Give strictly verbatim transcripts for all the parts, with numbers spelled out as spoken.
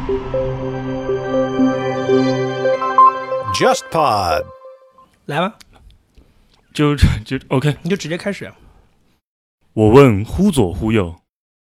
JustPod 来吧， 就就 OK， 你就直接开始。 我问忽左忽右。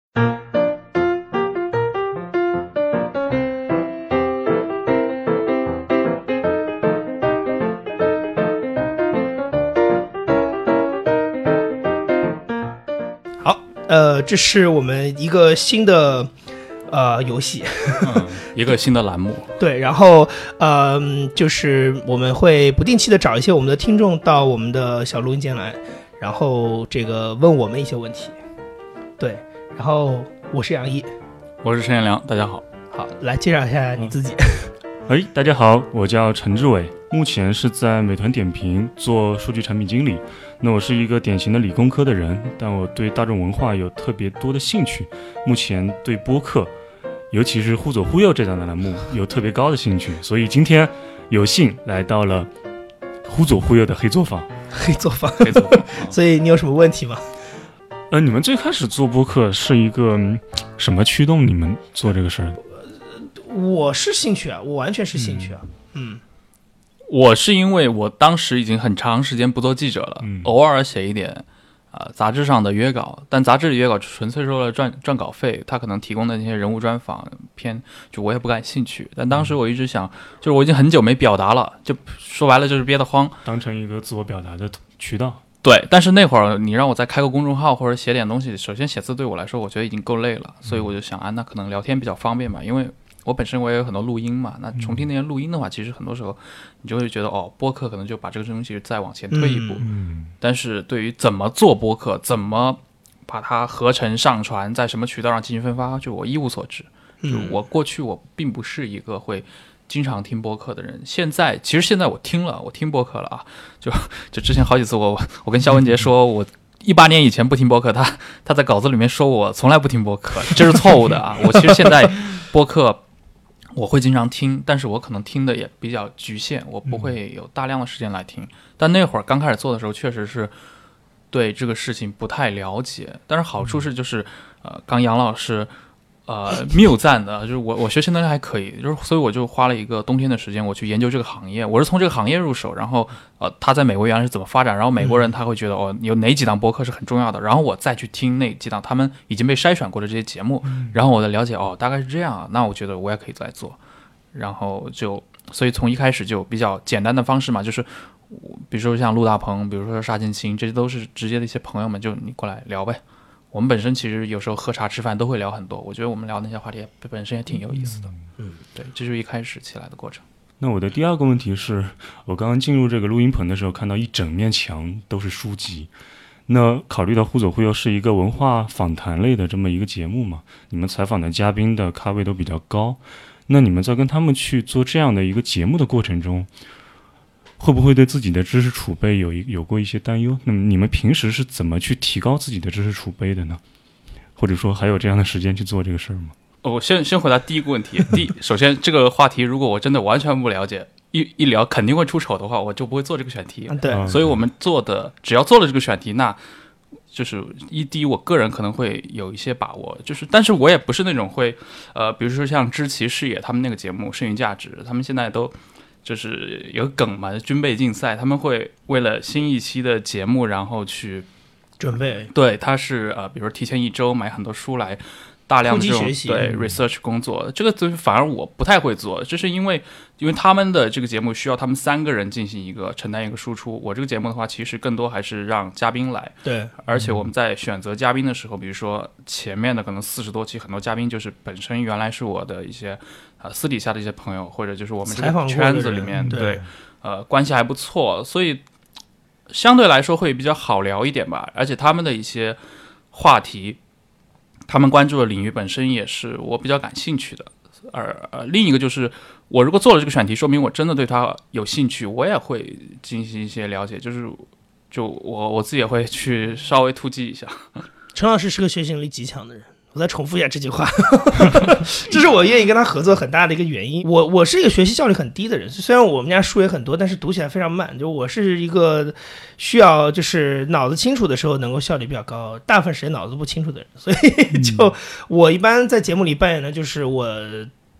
好，呃，这是我们一个新的呃游戏， 嗯，一个新的栏目。 对，然后呃，就是我们会不定期的找一些我们的听众到我们的小录音间来，然后这个问我们一些问题。对，然后我是杨一， 我是陈彦良，大家好。 好，来介绍一下你自己。 哎，大家好，我叫陈志伟，目前是在美团点评做数据产品经理。那我是一个典型的理工科的人，但我对大众文化有特别多的兴趣。目前对播客，尤其是忽左忽右这档的栏目有特别高的兴趣，所以今天有幸来到了忽左忽右的黑作坊。 黑作坊， 黑作坊。 所以你有什么问题吗？ 呃，你们最开始做播客是一个、嗯、什么驱动你们做这个事儿的？ 我是兴趣啊，我完全是兴趣啊。嗯，嗯我是因为我当时已经很长时间不做记者了， 嗯、 偶尔写一点啊、呃、杂志上的约稿，但杂志里约稿纯粹是为了赚赚稿费，他可能提供的那些人物专访偏就我也不感兴趣。但当时我一直想，就是我已经很久没表达了，就说白了就是憋得慌， 当成一个自我表达的渠道。 对，但是那会儿你让我再开个公众号或者写点东西，首先写字对我来说我觉得已经够累了，所以我就想啊，那可能聊天比较方便吧，因为我本身我也有很多录音嘛，那重听那些录音的话，其实很多时候你就会觉得哦，播客可能就把这个东西再往前推一步。 嗯， 但是对于怎么做播客，怎么把它合成上传，在什么渠道上进行分发，就我一无所知。就我过去我并不是一个会经常听播客的人，现在其实现在我听了，我听播客了啊，就就之前好几次我我跟肖文杰说我。一八年以前不听播客，他他在稿子里面说我从来不听播客，这是错误的啊！我其实现在播客我会经常听，但是我可能听的也比较局限，我不会有大量的时间来听。但那会儿刚开始做的时候，确实是对这个事情不太了解。但是好处是，就是呃，刚杨老师呃谬赞的，就是我我学习能力还可以，就是所以我就花了一个冬天的时间，我去研究这个行业。我是从这个行业入手，然后呃，他在美国原来是怎么发展，然后美国人他会觉得哦，有哪几档播客是很重要的，然后我再去听那几档他们已经被筛选过的这些节目，然后我再了解哦，大概是这样啊，那我觉得我也可以再做，然后就所以从一开始就比较简单的方式嘛，就是比如说像陆大鹏，比如说沙建清，这些都是直接的一些朋友们，就你过来聊呗。我们本身其实有时候喝茶吃饭都会聊很多，我觉得我们聊那些话题本身也挺有意思的。嗯，对，这就是一开始起来的过程。 那我的第二个问题是，我刚刚进入这个录音棚的时候，看到一整面墙都是书籍。那考虑到忽左忽右是一个文化访谈类的这么一个节目嘛，你们采访的嘉宾的咖位都比较高，那你们在跟他们去做这样的一个节目的过程中，会不会对自己的知识储备有一有过一些担忧？那么你们平时是怎么去提高自己的知识储备的呢？或者说还有这样的时间去做这个事儿吗？ 我先先回答第一个问题。第首先这个话题如果我真的完全不了解，一一聊肯定会出丑的话，我就不会做这个选题。 对， 所以我们做的只要做了这个选题，那就是一第一我个人可能会有一些把握，就是但是我也不是那种会呃，比如说像知奇视野他们那个节目剩余价值，他们现在都就是有梗嘛，军备竞赛，他们会为了新一期的节目然后去准备。 对，他是呃，比如说提前一周买很多书来大量的这种对 research 工作，这个反而我不太会做，这是因为因为他们的这个节目需要他们三个人进行一个承担一个输出，我这个节目的话其实更多还是让嘉宾来。 对， 而且我们在选择嘉宾的时候，比如说前面的可能四十多期很多嘉宾就是本身原来是我的一些呃私底下的一些朋友，或者就是我们这个圈子里面对, 对呃关系还不错，所以相对来说会比较好聊一点吧。而且他们的一些话题，他们关注的领域本身也是我比较感兴趣的。而呃，另一个就是我如果做了这个选题，说明我真的对它有兴趣，我也会进行一些了解，就是就我我自己也会去稍微突击一下。 陈老师是个学习能力极强的人，我再重复一下这句话这是我愿意跟他合作很大的一个原因。我我是一个学习效率很低的人，虽然我们家书也很多，但是读起来非常慢，就我是一个需要就是脑子清楚的时候能够效率比较高，大部分时间脑子不清楚的人，所以就我一般在节目里扮演的就是我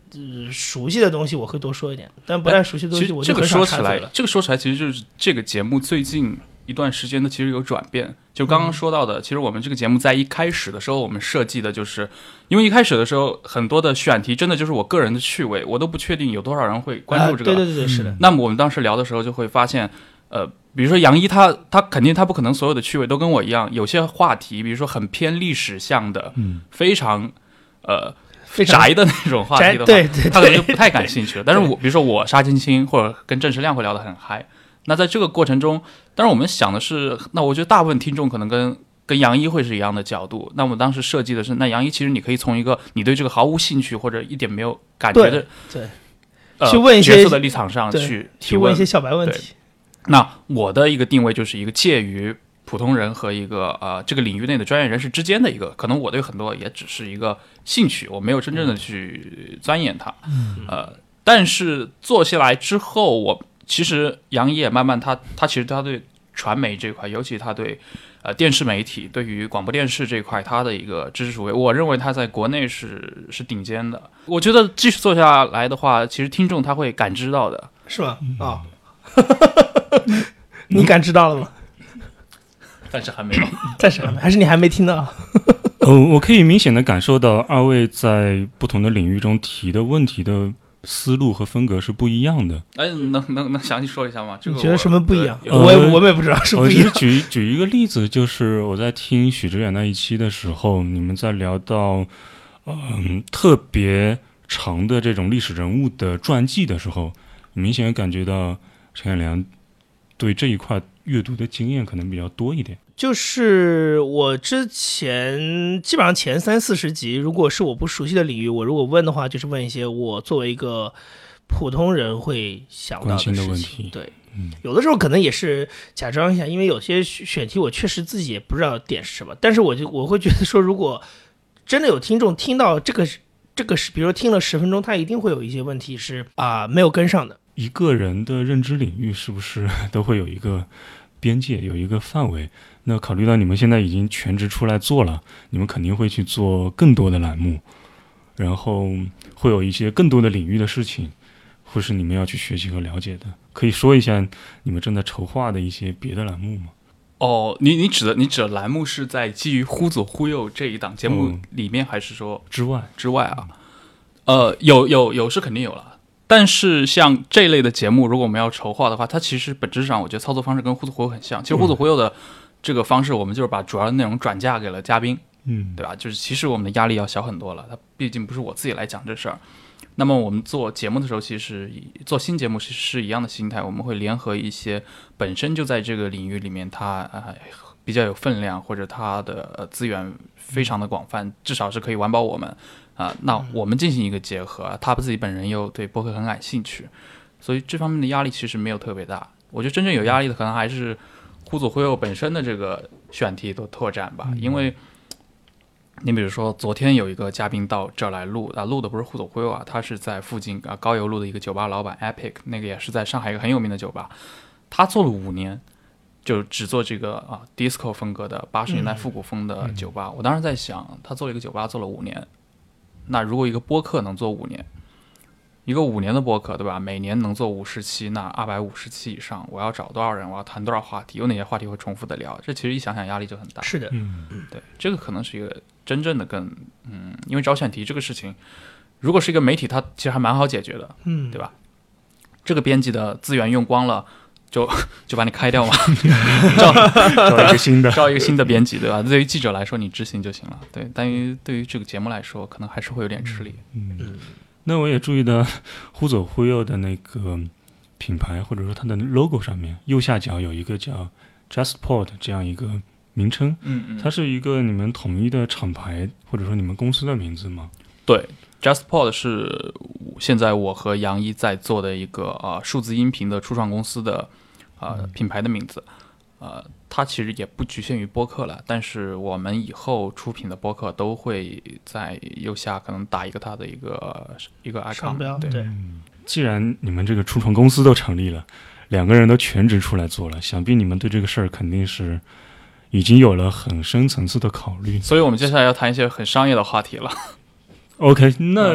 呃熟悉的东西我会多说一点，但不太熟悉的东西我就这个很少说起来插嘴了。， 这个说起来其实就是这个节目最近一段时间的其实有转变。就刚刚说到的，其实我们这个节目在一开始的时候，我们设计的就是，因为一开始的时候很多的选题真的就是我个人的趣味，我都不确定有多少人会关注这个。 啊、对对对对，是的。 那么我们当时聊的时候就会发现，呃，比如说杨一他他肯定他不可能所有的趣味都跟我一样，有些话题，比如说很偏历史向的， 嗯， 非常呃非常宅的那种话题的话， 对对对他可能就不太感兴趣了。但是我比如说我沙青青或者跟郑世亮会聊得很嗨，那在这个过程中，当然我们想的是，那我觉得大部分听众可能跟跟杨一会是一样的角度。那我们当时设计的是，那杨一其实你可以从一个你对这个毫无兴趣或者一点没有感觉的对对、 呃、 去问一些角色的立场上去提去问一些小白问题。 那我的一个定位就是一个介于普通人和一个呃这个领域内的专业人士之间的一个，可能我对很多也只是一个兴趣，我没有真正的去钻研它。 嗯、 呃，但是做下来之后，我其实杨一也慢慢他他其实他对传媒这块，尤其他对呃电视媒体，对于广播电视这块，他的一个知识储备，我认为他在国内是是顶尖的。我觉得继续做下来的话，其实听众他会感知到的， 是吗？啊、哦，你感知到了吗？ 但是还没有， 暂时还没，还是你还没听到？ 哦，我可以明显的感受到二位在不同的领域中提的问题的思路和风格是不一样的。 哎，能能能详细说一下吗？这个你觉得什么不一样？ 呃、 我也我们也不知道是不一样。 我举举一个例子，就是我在听许知远那一期的时候，你们在聊到嗯特别长的这种历史人物的传记的时候，明显感觉到陈彦良对这一块阅读的经验可能比较多一点。 就是我之前基本上前三四十集，如果是我不熟悉的领域，我如果问的话，就是问一些我作为一个普通人会想到的事情。 关心的问题。 对、 嗯， 有的时候可能也是假装一下，因为有些选题我确实自己也不知道点是什么，但是我就我会觉得说，如果真的有听众听到这个这个是，比如说听了十分钟，他一定会有一些问题是啊、呃、没有跟上的。 一个人的认知领域是不是都会有一个边界，有一个范围？那考虑到你们现在已经全职出来做了，你们肯定会去做更多的栏目，然后会有一些更多的领域的事情，会是你们要去学习和了解的。可以说一下你们正在筹划的一些别的栏目吗？ 哦，你你指的你指的栏目是在基于忽左忽右这一档节目里面，还是说之外之外啊？呃，有有有是肯定有了。但是像这一类的节目，如果我们要筹划的话，它其实本质上我觉得操作方式跟忽左忽右很像。其实忽左忽右的这个方式，我们就是把主要的内容转嫁给了嘉宾， 嗯， 对吧？就是其实我们的压力要小很多了，它毕竟不是我自己来讲这事儿。那么我们做节目的时候，其实做新节目其实是一样的心态，我们会联合一些本身就在这个领域里面它呃比较有分量，或者它的呃资源非常的广泛，至少是可以完保我们。啊、呃，那我们进行一个结合，他自己本人又对播客很感兴趣，所以这方面的压力其实没有特别大。我觉得真正有压力的可能还是忽左忽右本身的这个选题的拓展吧，因为你比如说昨天有一个嘉宾到这儿来录啊，录的不是忽左忽右啊，他是在附近啊高邮路的一个酒吧老板 Epic， 那个也是在上海一个很有名的酒吧，他做了五年。就只做这个啊 disco 风格的八十年代复古风的酒吧、嗯、我当时在想，他做了一个酒吧做了五年，那如果一个播客能做五年，一个五年的播客，对吧？每年能做五十期，那二百五十期以上，我要找多少人？我要谈多少话题？有哪些话题会重复的聊？这其实一想想压力就很大。 是的， 嗯， 对，这个可能是一个真正的更嗯，因为找选题这个事情，如果是一个媒体，它其实还蛮好解决的， 嗯， 对吧？这个编辑的资源用光了。就就把你开掉嘛，招招一个新的， 招一个新的编辑，对吧？对于记者来说，你执行就行了。对，但于对于这个节目来说，可能还是会有点吃力。 嗯，嗯那我也注意到忽左忽右的那个品牌，或者说它的 logo 上面右下角有一个叫 JustPod 这样一个名称。 嗯嗯， 它是一个你们统一的厂牌，或者说你们公司的名字吗？ 对。JustPod 是现在我和杨一在做的一个啊、呃、数字音频的初创公司的啊、呃、品牌的名字，呃，它其实也不局限于播客了，但是我们以后出品的播客都会在右下可能打一个它的一个一个 icon 商标。对， 对嗯，既然你们这个初创公司都成立了，两个人都全职出来做了，想必你们对这个事儿肯定是已经有了很深层次的考虑。 所以我们接下来要谈一些很商业的话题了。 OK， 那、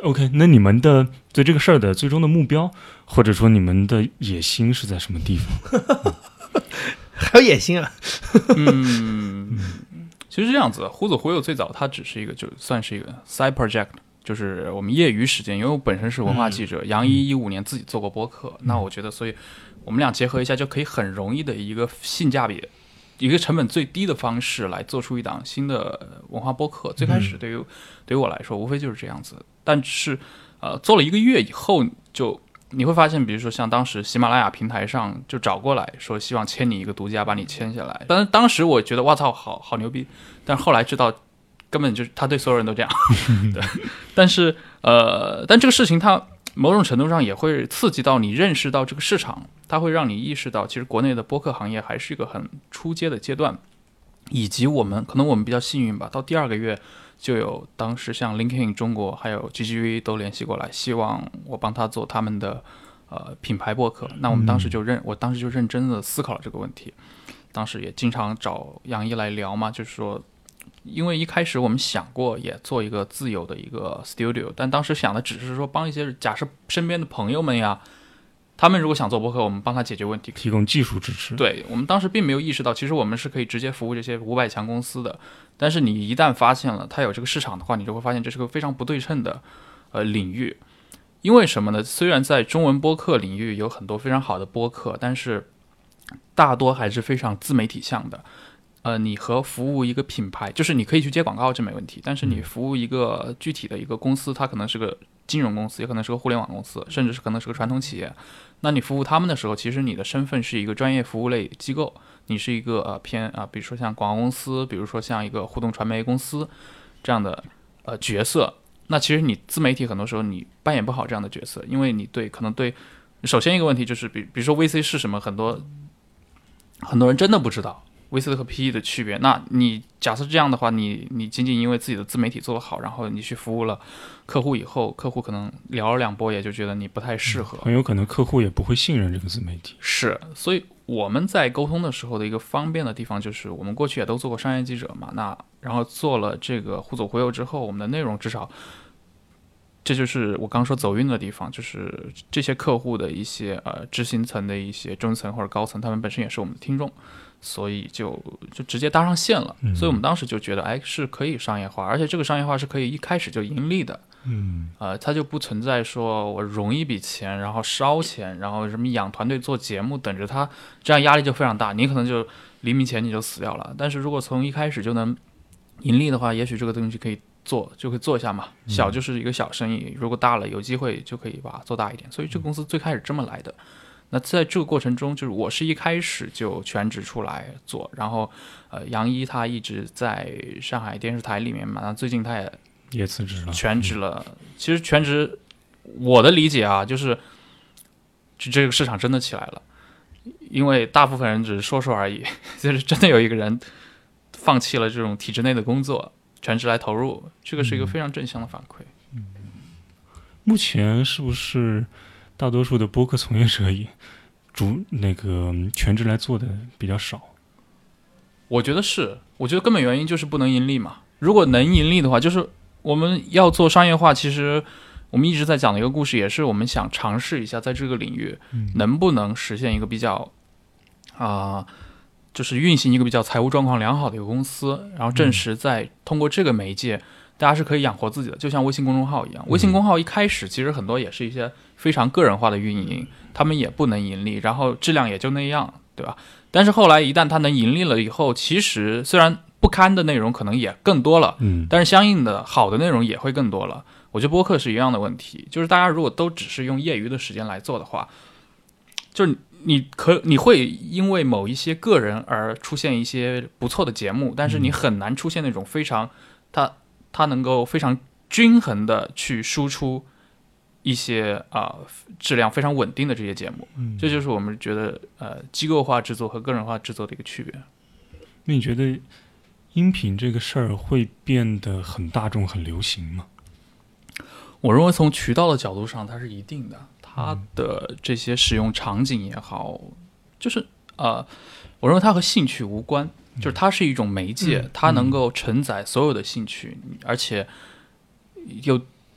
OK， 那你们的对这个事儿的最终的目标，或者说你们的野心是在什么地方？ 还有野心啊？ 嗯，其实是这样子，忽左忽右最早它只是一个，就算是一个 side project， 就是我们业余时间，因为我本身是文化记者，嗯、杨一一五年自己做过播客，嗯、那我觉得，所以我们俩结合一下，就可以很容易的一个性价比。一个成本最低的方式来做出一档新的文化播客，最开始对于、嗯、对于我来说，无非就是这样子。但是，呃，做了一个月以后，就你会发现，比如说像当时喜马拉雅平台上就找过来说，希望签你一个独家，把你签下来。但是当时我觉得，哇操，好好牛逼！但是后来知道，根本就是他对所有人都这样。对，但是呃，但这个事情它某种程度上也会刺激到你认识到这个市场。它会让你意识到，其实国内的播客行业还是一个很初阶的阶段，以及我们可能我们比较幸运吧，到第二个月就有当时像 LinkedIn 中国还有 G G V 都联系过来，希望我帮他做他们的呃品牌播客。那我们当时就认，我当时就认真的思考了这个问题，当时也经常找杨一来聊嘛，就是说，因为一开始我们想过也做一个自有的一个 studio， 但当时想的只是说帮一些假设身边的朋友们呀。他们如果想做播客，我们帮他解决问题， 提供技术支持。 对，我们当时并没有意识到，其实我们是可以直接服务这些五百强公司的。但是你一旦发现了它有这个市场的话，你就会发现这是个非常不对称的呃领域。因为什么呢？虽然在中文播客领域有很多非常好的播客，但是大多还是非常自媒体向的。呃，你和服务一个品牌，就是你可以去接广告，这没问题。但是你服务一个具体的一个公司，它可能是个金融公司，也可能是个互联网公司，甚至是可能是个传统企业。那你服务他们的时候，其实你的身份是一个专业服务类机构，你是一个呃偏啊、呃，比如说像广告公司，比如说像一个互动传媒公司这样的呃角色。那其实你自媒体很多时候你扮演不好这样的角色，因为你对可能对，首先一个问题就是比比如说 V C 是什么，很多很多人真的不知道。V C 和 P E 的区别，那你假设这样的话，你你仅仅因为自己的自媒体做得好，然后你去服务了客户以后，客户可能聊了两波，也就觉得你不太适合， 很有可能客户也不会信任这个自媒体。 是，所以我们在沟通的时候的一个方便的地方，就是我们过去也都做过商业记者嘛，那然后做了这个忽左忽右之后，我们的内容至少，这就是我刚说走运的地方，就是这些客户的一些呃执行层的一些中层或者高层，他们本身也是我们的听众。所以就就直接搭上线了，嗯、所以我们当时就觉得，哎，是可以商业化，而且这个商业化是可以一开始就盈利的， 嗯， 呃，它就不存在说我融一笔钱，然后烧钱，然后什么养团队做节目，等着它，这样压力就非常大，你可能就黎明前你就死掉了。但是如果从一开始就能盈利的话，也许这个东西可以做，就可以做一下嘛。小就是一个小生意，如果大了有机会就可以把它做大一点。所以这个公司最开始这么来的。那在这个过程中，就是我是一开始就全职出来做，然后呃，杨一他一直在上海电视台里面嘛，那最近他也也辞职了， 全职了。嗯、其实全职，我的理解啊，就是这个市场真的起来了，因为大部分人只是说说而已，就是真的有一个人放弃了这种体制内的工作，全职来投入，这个是一个非常正向的反馈。 嗯，目前是不是？大多数的播客从业者也主那个全职来做的比较少， 我觉得是，我觉得根本原因就是不能盈利嘛。如果能盈利的话，就是我们要做商业化，其实我们一直在讲的一个故事，也是我们想尝试一下在这个领域能不能实现一个比较啊、呃，就是运行一个比较财务状况良好的一个公司，然后证实在通过这个媒介。大家是可以养活自己的，就像微信公众号一样。微信公众号一开始其实很多也是一些非常个人化的运营，他们也不能盈利，然后质量也就那样，对吧？但是后来一旦它能盈利了以后，其实虽然不堪的内容可能也更多了， 嗯， 但是相应的好的内容也会更多了。我觉得播客是一样的问题，就是大家如果都只是用业余的时间来做的话，就是你可你会因为某一些个人而出现一些不错的节目，但是你很难出现那种非常它。它能够非常均衡的去输出一些啊、呃、质量非常稳定的这些节目， 嗯， 这就是我们觉得呃机构化制作和个人化制作的一个区别。 那你觉得音频这个事儿会变得很大众、很流行吗？ 我认为从渠道的角度上，它是一定的，它的这些使用场景也好，就是呃，我认为它和兴趣无关。就是它是一种媒介， 嗯、 它能够承载所有的兴趣，而且有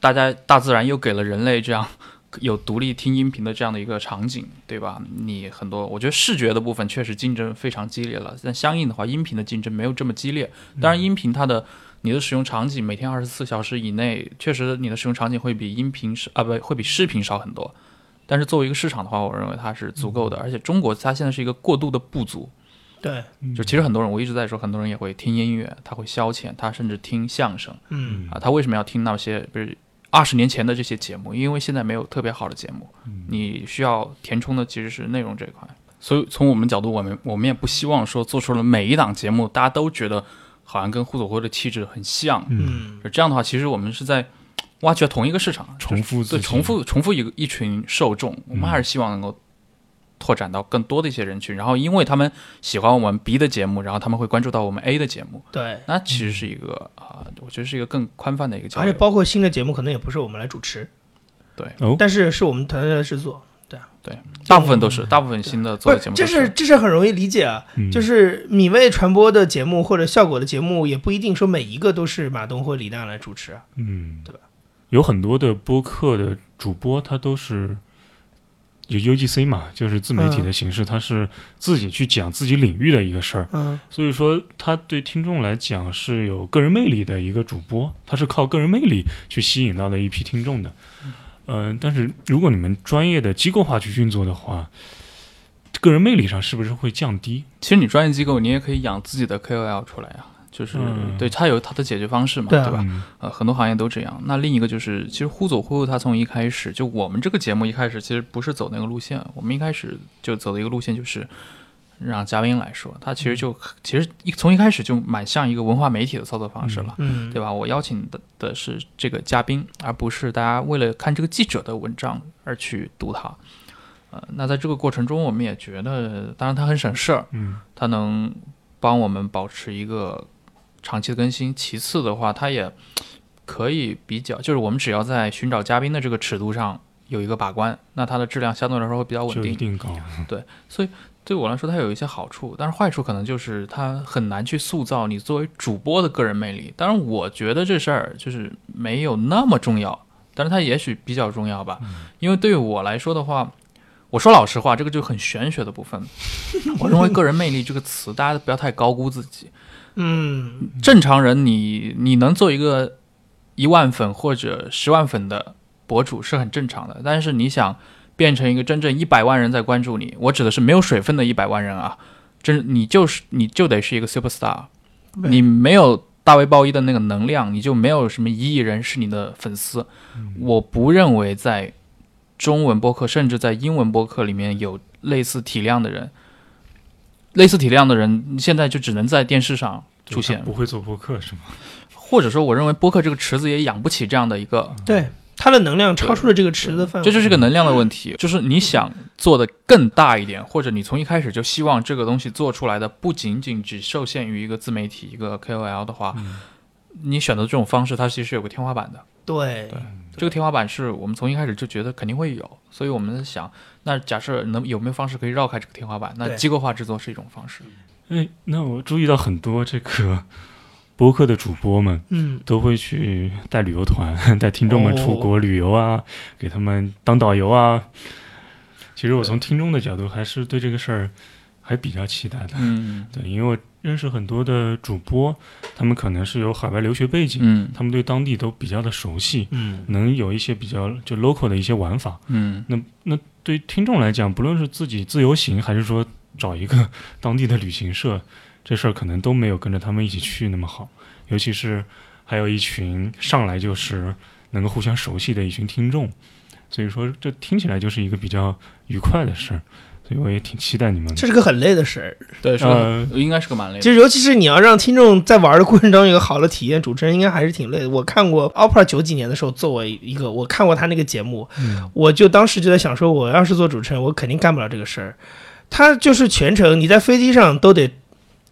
大家大自然又给了人类这样有独立听音频的这样的一个场景，对吧？你很多，我觉得视觉的部分确实竞争非常激烈了，但相应的话，音频的竞争没有这么激烈。当然，音频它的你的使用场景每天二十四小时以内，确实你的使用场景会比音频啊不会比视频少很多。但是作为一个市场的话，我认为它是足够的，而且中国它现在是一个过度的不足。 对， 就其实很多人，我一直在说，很多人也会听音乐，他会消遣，他甚至听相声， 嗯啊，他为什么要听那些不是二十年前的这些节目？因为现在没有特别好的节目，你需要填充的其实是内容这一块。所以从我们角度，我们我们也不希望说做出了每一档节目，大家都觉得好像跟互走会的气质很像， 嗯， 这样的话，其实我们是在挖掘同一个市场， 重复自己对重复重复一个一群受众，我们还是希望能够拓展到更多的一些人群，然后因为他们喜欢我们 B 的节目，然后他们会关注到我们 A 的节目， 对， 那其实是一个啊、呃，我觉得是一个更宽泛的一个交流， 而且包括新的节目可能也不是我们来主持， 对， 哦， 但是是我们团队来制作，对对，大部分都是，大部分新的做的节目都不是，这是这是很容易理解啊， 嗯就是米味传播的节目或者效果的节目，也不一定说每一个都是马东或李诞来主持啊， 嗯， 对吧？ 有很多的播客的主播，他都是有 U G C 嘛，就是自媒体的形式，他是自己去讲自己领域的一个事儿， 嗯， 所以说他对听众来讲是有个人魅力的一个主播，他是靠个人魅力去吸引到的一批听众的。嗯、呃，但是如果你们专业的机构化去运作的话，个人魅力上是不是会降低？ 其实你专业机构，你也可以养自己的 K O L 出来啊。就是、 嗯、 对它有它的解决方式嘛， 对,、啊、 对吧、 嗯？ 呃，很多行业都这样。那另一个就是，其实忽左忽右，它从一开始就我们这个节目一开始其实不是走那个路线，我们一开始就走的一个路线就是让嘉宾来说，它其实就、嗯、其实一从一开始就蛮像一个文化媒体的操作方式了， 嗯， 对吧？我邀请的的是这个嘉宾，而不是大家为了看这个记者的文章而去读它。呃，那在这个过程中，我们也觉得，当然它很省事儿， 嗯， 它能帮我们保持一个长期的更新，其次的话，它也可以比较，就是我们只要在寻找嘉宾的这个尺度上有一个把关，那它的质量相对来说会比较稳定， 就一定高。 对，所以对我来说，它有一些好处，但是坏处可能就是它很难去塑造你作为主播的个人魅力。当然，我觉得这事儿就是没有那么重要，但是它也许比较重要吧，因为对于我来说的话。我说老实话，这个就很玄学的部分。我认为个人魅力这个词，大家不要太高估自己。 嗯， 正常人你你能做一个一万粉或者十万粉的博主是很正常的，但是你想变成一个真正一百万人在关注你，我指的是没有水分的一百万人啊，真你就是你就得是一个 superstar， 你没有大卫鲍伊的那个能量，你就没有什么一亿人是你的粉丝。嗯、我不认为在中文播客甚至在英文播客里面有类似体量的人，类似体量的人现在就只能在电视上出现， 不会做播客是吗？ 或者说我认为播客这个池子也养不起这样的一个， 对，它的能量超出了这个池子的范围， 这就是个能量的问题。就是你想做的更大一点，或者你从一开始就希望这个东西做出来的不仅仅只受限于一个自媒体一个 K O L 的话、嗯、你选择这种方式它其实有个天花板的。 对对，这个天花板是我们从一开始就觉得肯定会有，所以我们在想，那假设能有没有方式可以绕开这个天花板？那机构化制作是一种方式。 哎，那我注意到很多这个播客的主播们， 嗯， 都会去带旅游团，带听众们出国旅游啊，哦、给他们当导游啊。其实我从听众的角度，还是对这个事儿还比较期待的。 嗯， 对，因为我认识很多的主播，他们可能是有海外留学背景， 嗯， 他们对当地都比较的熟悉， 嗯， 能有一些比较就 local 的一些玩法， 嗯， 那那对听众来讲，不论是自己自由行，还是说找一个当地的旅行社，这事儿可能都没有跟着他们一起去那么好，尤其是还有一群上来就是能够互相熟悉的一群听众，所以说这听起来就是一个比较愉快的事儿。所以我也挺期待你们。 这是个很累的事儿， 对，说、呃、应该是个蛮累的。 其实，尤其是你要让听众在玩的过程中有个好的体验，主持人应该还是挺累的。我看过 Opera 九几年的时候做过一个，我看过他那个节目， 嗯、 我就当时就在想说，我要是做主持人，我肯定干不了这个事儿。他就是全程你在飞机上都得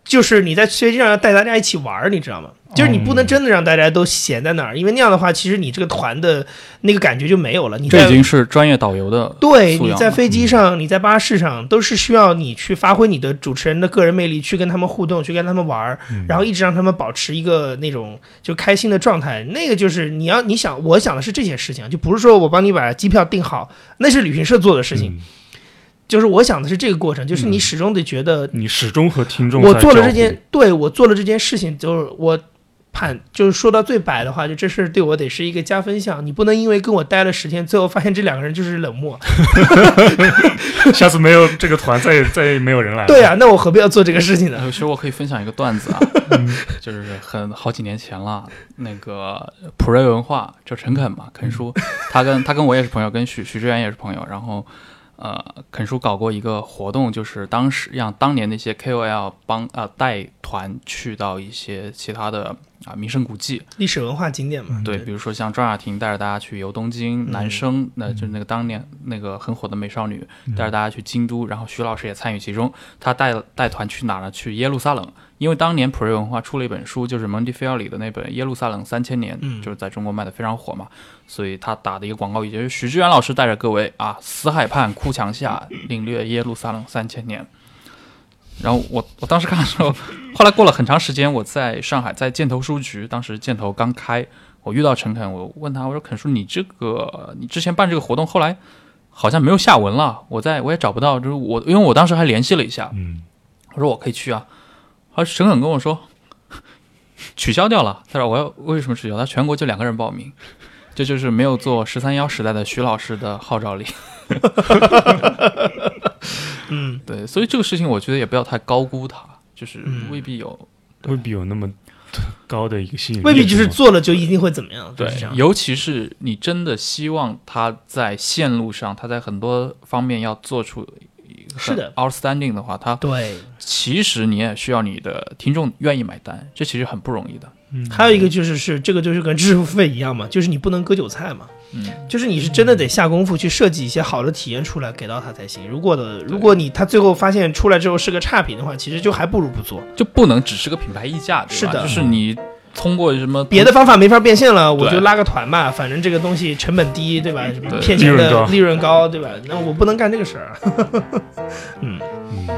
就是你在飞机上要带大家一起玩，你知道吗？就是你不能真的让大家都闲在那儿，因为那样的话，其实你这个团的那个感觉就没有了。你这已经是专业导游的对，你在飞机上，你在巴士上，都是需要你去发挥你的主持人的个人魅力，去跟他们互动，去跟他们玩，然后一直让他们保持一个那种就开心的状态。那个就是你要你想，我想的是这些事情，就不是说我帮你把机票订好，那是旅行社做的事情。嗯，就是我想的是这个过程，就是你始终得觉得、嗯、 你始终和听众我做了这件，对我做了这件事情，就是我判，就是说到最白的话，就这事对我得是一个加分项。你不能因为跟我待了十天，最后发现这两个人就是冷漠， 下次没有这个团，再也再也没有人来了。 对啊，那我何必要做这个事情呢？ 其实我可以分享一个段子啊，就是很好几年前了，那个普瑞文化就陈肯嘛，肯叔，他跟他跟我也是朋友，跟许许志远也是朋友，然后。呃，肯叔搞过一个活动，就是当时让当年那些 K O L 帮呃带团去到一些其他的啊、呃、名胜古迹、 历史文化景点嘛。 对，比如说像庄雅婷带着大家去游东京，嗯、男生那就是那个当年那个很火的美少女、嗯、带着大家去京都，然后徐老师也参与其中。他带带团去哪呢？去耶路撒冷，因为当年普瑞文化出了一本书，就是蒙蒂菲奥里的那本《耶路撒冷三千年》，嗯，就是在中国卖的非常火嘛。所以他打的一个广告语就是许志远老师带着各位啊，死海畔哭墙下，领略耶路撒冷三千年。然后我我当时看的时候，后来过了很长时间，我在上海在箭头书局，当时箭头刚开，我遇到陈肯，我问他，我说肯叔，你这个你之前办这个活动，后来好像没有下文了，我在我也找不到，就是我因为我当时还联系了一下，嗯，我说我可以去啊，而陈肯跟我说取消掉了，他说我要为什么取消？他全国就两个人报名。这就是没有做十三幺时代的徐老师的号召力。嗯，对，所以这个事情我觉得也不要太高估它，就是未必有， 未必有那么高的一个吸引力， 未必就是做了就一定会怎么样。 对， 就是、 尤其是你真的希望他在线路上，他在很多方面要做出是的 outstanding 的话，他对， 其实你也需要你的听众愿意买单，这其实很不容易的。 嗯，还有一个就是是这个就是跟知识付费一样嘛，就是你不能割韭菜嘛，嗯，就是你是真的得下功夫去设计一些好的体验出来给到他才行。如果的如果你他最后发现出来之后是个差评的话，其实就还不如不做， 就不能只是个品牌溢价，对吧？ 是的， 就是你通过什么别的方法没法变现了，我就拉个团吧，反正这个东西成本低，对吧？对，骗钱的利润高，对吧？那我不能干这个事儿。嗯嗯。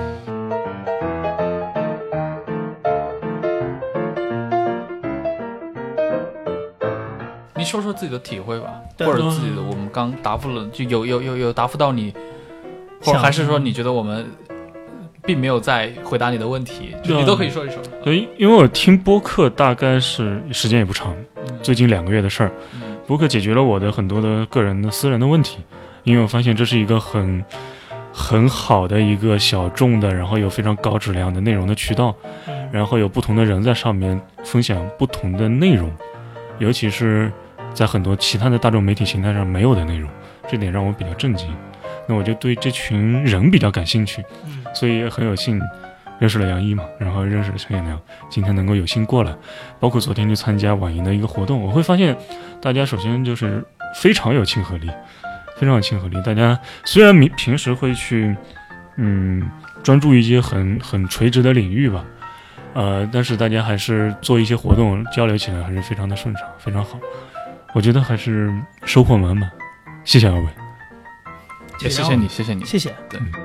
你说说自己的体会吧，或者自己的，我们刚答复了，就有有有有答复到你，或者还是说你觉得我们并没有在回答你的问题，就你都可以说一说。 对，因为我听播客大概是时间也不长，嗯、最近两个月的事儿，嗯、播客解决了我的很多的个人的私人的问题，因为我发现这是一个很很好的一个小众的，然后有非常高质量的内容的渠道，嗯、然后有不同的人在上面分享不同的内容，尤其是在很多其他的大众媒体形态上没有的内容，这点让我比较震惊。那我就对这群人比较感兴趣，所以也很有幸认识了杨一嘛，然后认识了陈彦良，今天能够有幸过来，包括昨天去参加晚营的一个活动，我会发现大家首先就是非常有亲和力，非常有亲和力。大家虽然平时会去嗯专注一些很很垂直的领域吧，呃，但是大家还是做一些活动交流起来还是非常的顺畅，非常好。我觉得还是收获满满，谢谢二位， 也谢谢你，谢谢你， 谢谢。 对。 嗯